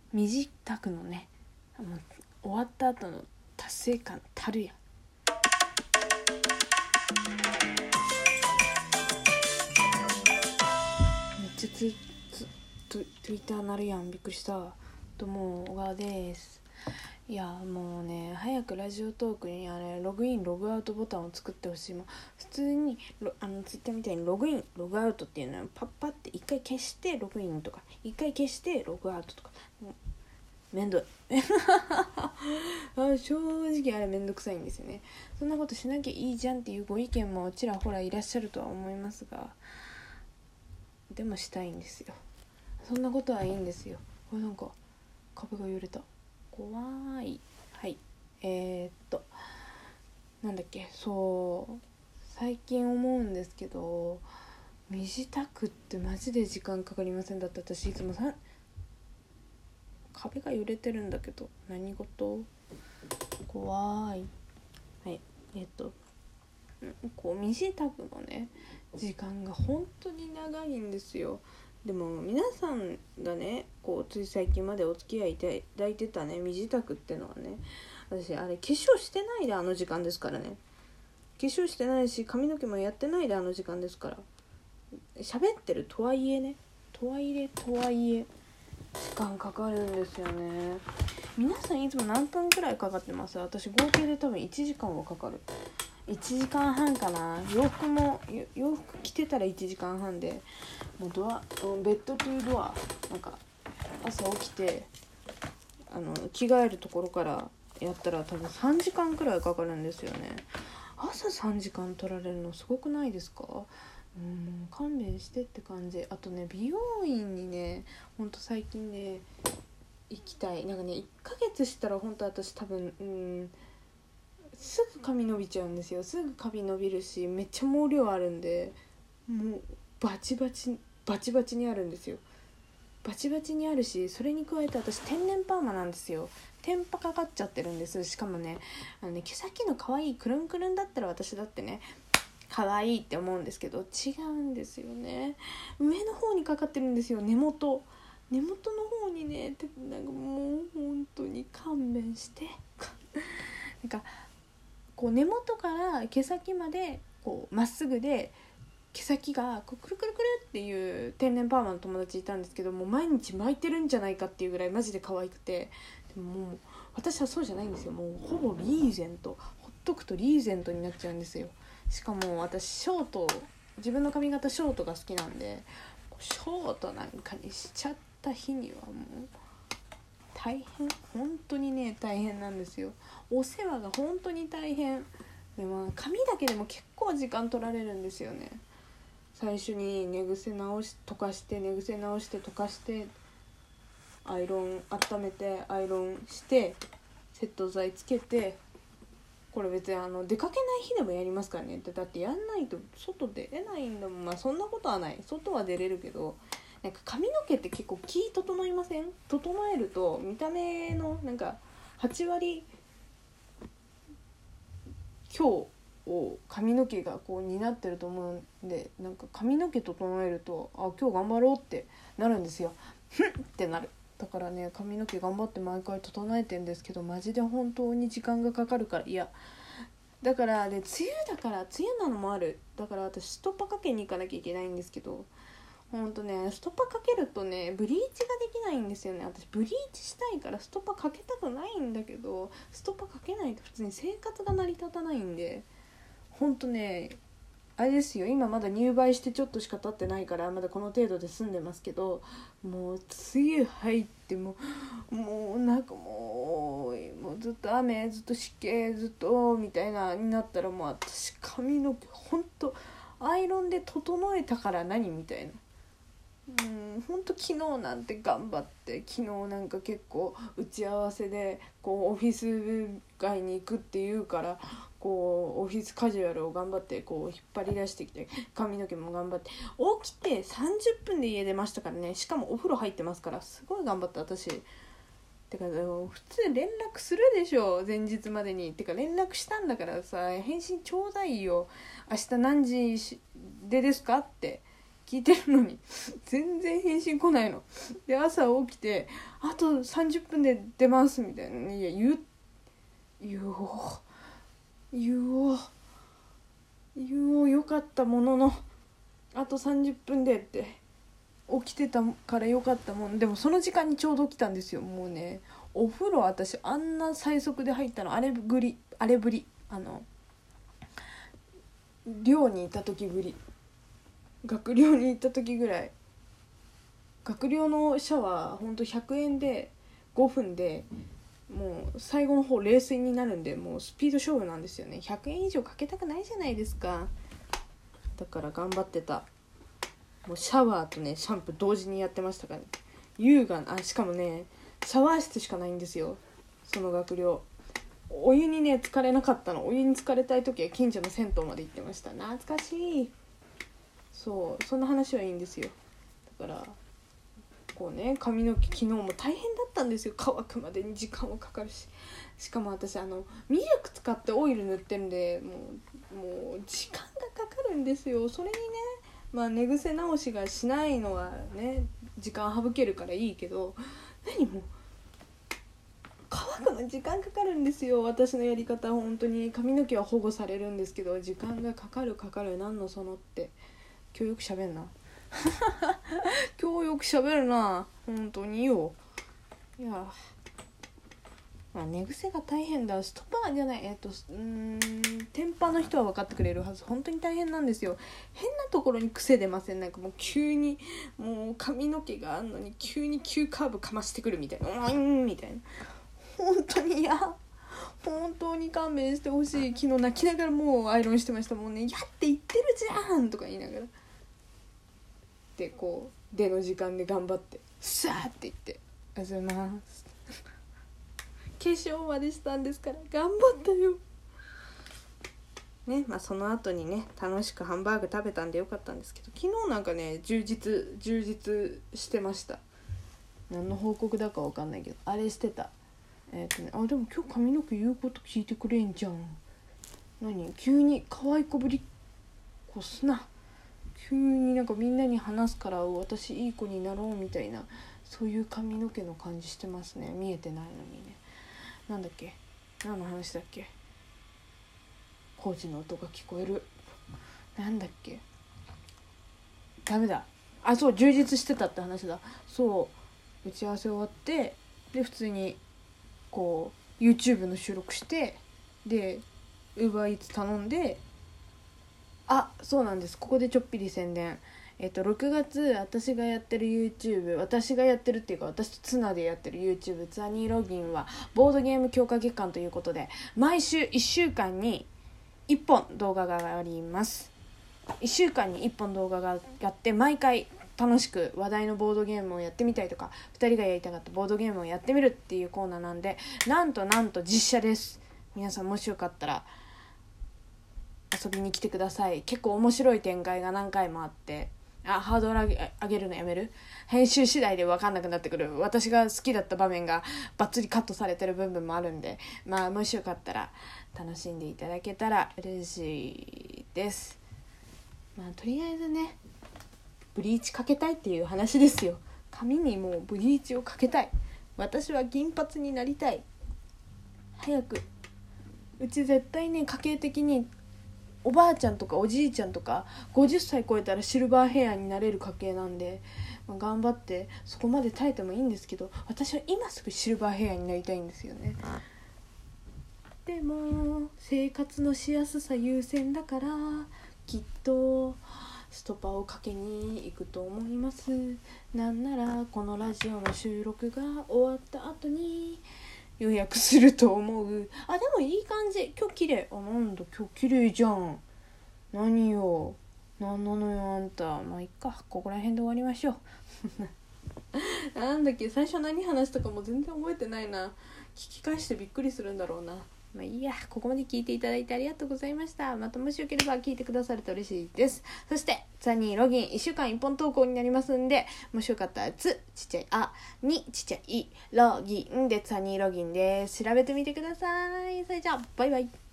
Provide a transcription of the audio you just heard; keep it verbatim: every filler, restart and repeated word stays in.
身支度のねもう終わった後の達成感たるや。めっちゃツツツイッターなるやん、びっくりした。どうも小川です。いやもうね早くラジオトークにあれログインログアウトボタンを作ってほしい。もう普通にあのツイッターみたいにログインログアウトっていうのはパッパって一回消してログインとか一回消してログアウトとかめんどいあ正直あれめんどくさいんですよね。そんなことしなきゃいいじゃんっていうご意見もちらほらいらっしゃるとは思いますが、でもしたいんですよ。そんなことはいいんですよ。これなんか壁が揺れた、怖い。はいえー、っとなんだっけ、そう最近思うんですけど、身支度ってマジで時間かかりません？だって私いつもさ壁が揺れてるんだけど何事？怖い。はいえっとこう身支度のね時間が本当に長いんですよ。でも皆さんがねこうつい最近までお付き合いいただいてたね身支度ってのはね、私あれ化粧してないであの時間ですからね。化粧してないし髪の毛もやってないであの時間ですから。喋ってるとはいえねとはいえとはいえ時間かかるんですよね。皆さんいつも何分くらいかかってます？私合計で多分いちじかんはかかる。いちじかんはんかな。洋服も洋服着てたらいちじかんはんで、もうドアベッドトゥードアなんか朝起きてあの着替えるところからやったら多分さんじかんくらいかかるんですよね。朝さんじかん取られるのすごくないですか？うん勘弁してって感じ。あとね美容院にねほんと最近ね行きたい。なんかねいっかげつしたらほんと私多分うんすぐ髪伸びちゃうんですよ。すぐ髪伸びるしめっちゃ毛量あるんで、もうバチバチバチバチにあるんですよ。バチバチにあるし、それに加えて私天然パーマなんですよ。天パかかっちゃってるんです。しかもねあのね毛先の可愛いくるんくるんだったら私だってね可愛いって思うんですけど、違うんですよね。上の方にかかってるんですよ。根元根元の方にねなんかもう本当に勘弁してなんかこう根元から毛先までこうまっすぐで毛先がこうくるくるくるっていう天然パーマの友達いたんですけど、もう毎日巻いてるんじゃないかっていうぐらいマジで可愛くて、でももう私はそうじゃないんですよ。もうほぼリーゼント、ほっとくとリーゼントになっちゃうんですよ。しかも私ショート、自分の髪型ショートが好きなんで、ショートなんかにしちゃった日にはもう大変、本当にね大変なんですよ。お世話が本当に大変で、まあ、髪だけでも結構時間取られるんですよね。最初に寝癖直し溶かして寝癖直して溶かしてアイロン温めてアイロンしてセット剤つけて、これ別にあの出かけない日でもやりますからね。だってやんないと外出れないんだもん。まあそんなことはない、外は出れるけど、なんか髪の毛って結構気整いません？整えると見た目のなんかはち割今日を髪の毛がこう担ってると思うんで、なんか髪の毛整えるとあ今日頑張ろうってなるんですよ。ふんってなる。だからね髪の毛頑張って毎回整えてんですけど、マジで本当に時間がかかるから、いやだからで梅雨だから梅雨なのもある。だから私ストッパかけに行かなきゃいけないんですけど、ほんとねストッパかけるとねブリーチができないんですよね。私ブリーチしたいからストッパかけたくないんだけど、ストッパかけないと普通に生活が成り立たないんで、ほんとねあれですよ。今まだ入梅してちょっとしか経ってないからまだこの程度で済んでますけど、もう梅雨入ってももうなんかもうもうずっと雨ずっと湿気ずっとみたいなになったら、もう私髪の毛ほんとアイロンで整えたから何みたいな。うんほんと昨日なんて頑張って、昨日なんか結構打ち合わせでこうオフィス街に行くっていうからこうオフィスカジュアルを頑張ってこう引っ張り出してきて、髪の毛も頑張って起きてさんじゅっぷんで家出ましたからね。しかもお風呂入ってますから、すごい頑張った私。てか普通連絡するでしょ前日までに。てか連絡したんだからさ返信ちょうだいよ。明日何時でですかって聞いてるのに全然返信来ないので、朝起きてあとさんじゅっぷんで出ますみたいな、いや言う言おう言おう言おうよかったものの、あとさんじゅっぷんでって起きてたからよかったもん。でもその時間にちょうど起きたんですよ。もうね、お風呂私あんな最速で入ったのあれぶりあれぶりあの寮にいた時ぶり、学寮に行った時ぐらい。学寮のシャワーほんとひゃくえんでごふんでもう最後の方冷水になるんで、もうスピード勝負なんですよね。ひゃくえん以上かけたくないじゃないですか。だから頑張ってた。もうシャワーとねシャンプー同時にやってましたからね。優雅な、あしかもねシャワー室しかないんですよ、その学寮。お湯にね浸かれなかったの。お湯に浸かれたい時は近所の銭湯まで行ってました。懐かしい。そうそんな話はいいんですよ。だからこうね、髪の毛昨日も大変だったんですよ。乾くまでに時間もかかるし、しかも私あのミルク使ってオイル塗ってるんで、もうもう時間がかかるんですよ。それにね、まあ寝癖直しがしないのはね時間省けるからいいけど、何も乾くの時間かかるんですよ。私のやり方本当に髪の毛は保護されるんですけど、時間がかかるかかるなんのそのって。今日よく喋んな今日よく喋るな本当によ。いや、まあ、寝癖が大変だ。ストッパーじゃないえっとうーん天パの人は分かってくれるはず。本当に大変なんですよ。変なところに癖出ません？なんかもう急にもう髪の毛があんのに急に急カーブかましてくるみたいな、うんみたいな。本当に嫌。本当に勘弁してほしい。昨日泣きながらもうアイロンしてました。もうね、やって言ってるじゃんとか言いながらで、こう出の時間で頑張ってさーって言ってありがとうございます化粧までしたんですから頑張ったよね。まあその後にね楽しくハンバーグ食べたんでよかったんですけど、昨日なんかね充実充実してました。何の報告だかわかんないけどあれしてた。えっとね、あでも今日髪の毛言うこと聞いてくれんじゃん。何急に可愛いこぶりこすな。急になんかみんなに話すから私いい子になろうみたいな、そういう髪の毛の感じしてますね。見えてないのにね。なんだっけ、何の話だっけ。工事の音が聞こえる。なんだっけ、ダメだ。あ、そう、充実してたって話だ。そう打ち合わせ終わってで普通にこう YouTube の収録してで UberEats 頼んで、あ、そうなんです。ここでちょっぴり宣伝。えっとろくがつ私がやってる YouTube、 私がやってるっていうか私とツナでやってる YouTube ツアニーロギンはボードゲーム強化月間ということで、毎週いっしゅうかんにいっぽん動画があります。いっしゅうかんにいっぽん動画があって、毎回楽しく話題のボードゲームをやってみたいとか、ふたりがやりたかったボードゲームをやってみるっていうコーナーなんで、なんとなんと実写です。皆さんもしよかったら遊びに来てください。結構面白い展開が何回もあって、あ、ハードル上げ、上げるのやめる？編集次第で分かんなくなってくる。私が好きだった場面がバッツリカットされてる部分もあるんで、まあもしよかったら楽しんでいただけたら嬉しいです。まあとりあえずね、ブリーチかけたいっていう話ですよ。髪にもうブリーチをかけたい。私は銀髪になりたい。早く。うち絶対ね、家計的におばあちゃんとかおじいちゃんとかごじゅっさい超えたらシルバーヘアになれる家系なんで、まあ、頑張ってそこまで耐えてもいいんですけど、私は今すぐシルバーヘアになりたいんですよね。でも生活のしやすさ優先だからきっとストパをかけに行くと思います。なんならこのラジオの収録が終わった後に予約すると思う。あ、でもいい感じ。今日綺麗。あ、なんだ今日綺麗じゃん。何よ。なんなのよあんた。まあいっか。ここら辺で終わりましょう。なんだっけ、最初何話したかも全然覚えてないな。聞き返してびっくりするんだろうな。まあいいや。ここまで聞いていただいてありがとうございました。またもしよければ聞いてくださると嬉しいです。そしてツァニーロギンいっしゅうかんいっぽん投稿になりますんで、もしよかったらつちっちゃいあにちっちゃいロギンでツァニーロギンです。調べてみてください。それじゃあバイバイ。